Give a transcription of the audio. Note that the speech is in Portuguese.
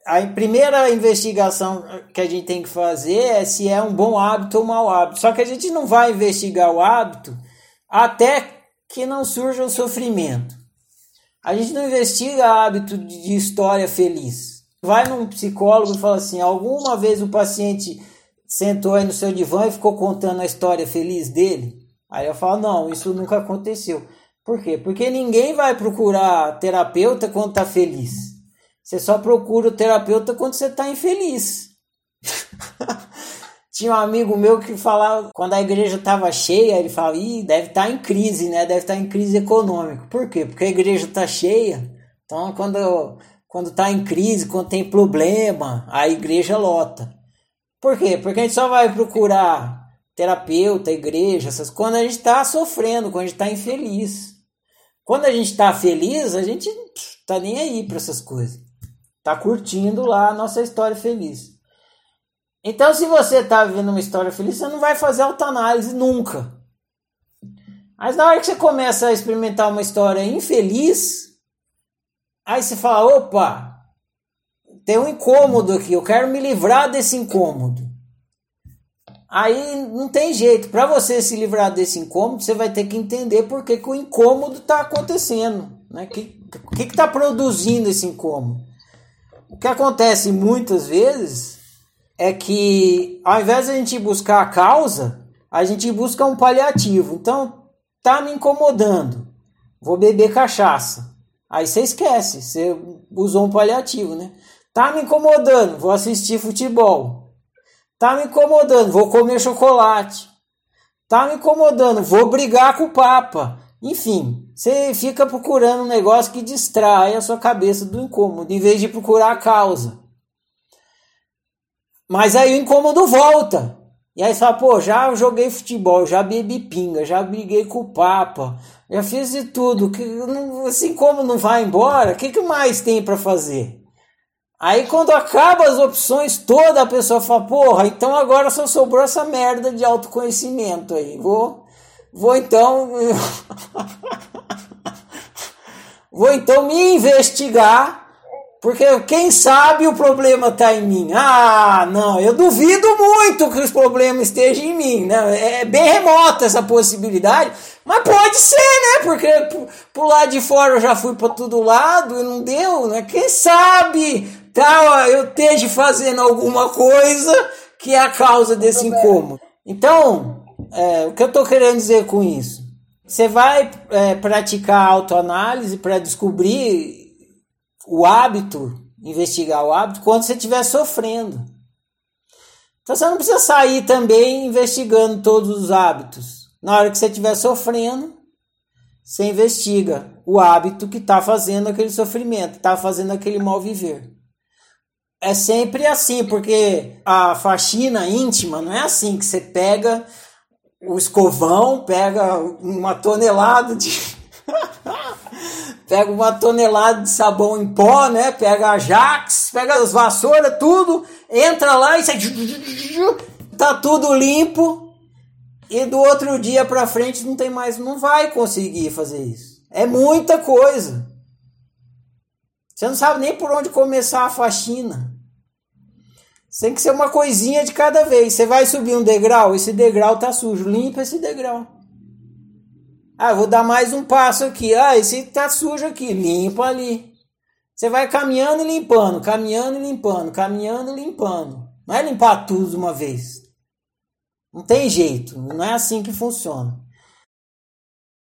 a primeira investigação que a gente tem que fazer é se é um bom hábito ou um mau hábito. Só que a gente não vai investigar o hábito até que não surja o sofrimento. A gente não investiga hábito de história feliz. Vai num psicólogo e fala assim, alguma vez o paciente sentou aí no seu divã e ficou contando a história feliz dele? Aí eu falo, não, isso nunca aconteceu. Por quê? Porque ninguém vai procurar terapeuta quando está feliz. Você só procura o terapeuta quando você está infeliz. Tinha um amigo meu que falava, quando a igreja estava cheia, ele falava, deve estar em crise, né? Deve estar em crise econômica. Por quê? Porque a igreja está cheia. Então, quando está em crise, quando tem problema, a igreja lota. Por quê? Porque a gente só vai procurar terapeuta, igreja, essas quando a gente está sofrendo, quando a gente está infeliz. Quando a gente está feliz, a gente tá nem aí para essas coisas. Tá curtindo lá a nossa história feliz. Então, se você está vivendo uma história feliz, você não vai fazer autoanálise nunca. Mas na hora que você começa a experimentar uma história infeliz, aí você fala, opa, tem um incômodo aqui, eu quero me livrar desse incômodo. Aí não tem jeito, para você se livrar desse incômodo, você vai ter que entender por que o incômodo está acontecendo, né? O que está produzindo esse incômodo. O que acontece muitas vezes é que ao invés de a gente buscar a causa, a gente busca um paliativo. Então, tá me incomodando, vou beber cachaça. Aí você esquece, você usou um paliativo, né? Tá me incomodando, vou assistir futebol. Tá me incomodando, vou comer chocolate. Tá me incomodando, vou brigar com o Papa. Enfim, você fica procurando um negócio que distrai a sua cabeça do incômodo, em vez de procurar a causa. Mas aí o incômodo volta. E aí você fala, pô, já joguei futebol, já bebi pinga, já briguei com o Papa, já fiz de tudo. Esse incômodo não vai embora, o que mais tem para fazer? Aí quando acaba as opções todas, a pessoa fala, porra, então agora só sobrou essa merda de autoconhecimento aí. Vou então... vou então me investigar, porque quem sabe o problema está em mim. Ah, não, eu duvido muito que os problemas estejam em mim, né? É bem remota essa possibilidade, mas pode ser, né? Porque por lado de fora eu já fui para todo lado e não deu, né? Quem sabe eu esteja fazendo alguma coisa que é a causa desse incômodo. Então, o que eu estou querendo dizer com isso? Você vai praticar autoanálise para descobrir o hábito, investigar o hábito, quando você estiver sofrendo. Então você não precisa sair também investigando todos os hábitos. Na hora que você estiver sofrendo, você investiga o hábito que está fazendo aquele sofrimento, está fazendo aquele mal viver. É sempre assim, porque a faxina íntima não é assim que você pega o escovão, pega uma tonelada de... pega uma tonelada de sabão em pó, né? Pega a Jax, pega as vassouras, tudo, entra lá e tá tudo limpo e do outro dia pra frente não vai conseguir fazer isso. É muita coisa. Você não sabe nem por onde começar a faxina. Tem que ser uma coisinha de cada vez. Você vai subir um degrau, esse degrau tá sujo, limpa esse degrau. Ah, vou dar mais um passo aqui. Ah, esse tá sujo aqui, limpa ali. Você vai caminhando e limpando, caminhando e limpando, caminhando e limpando. Não é limpar tudo de uma vez. Não tem jeito, não é assim que funciona.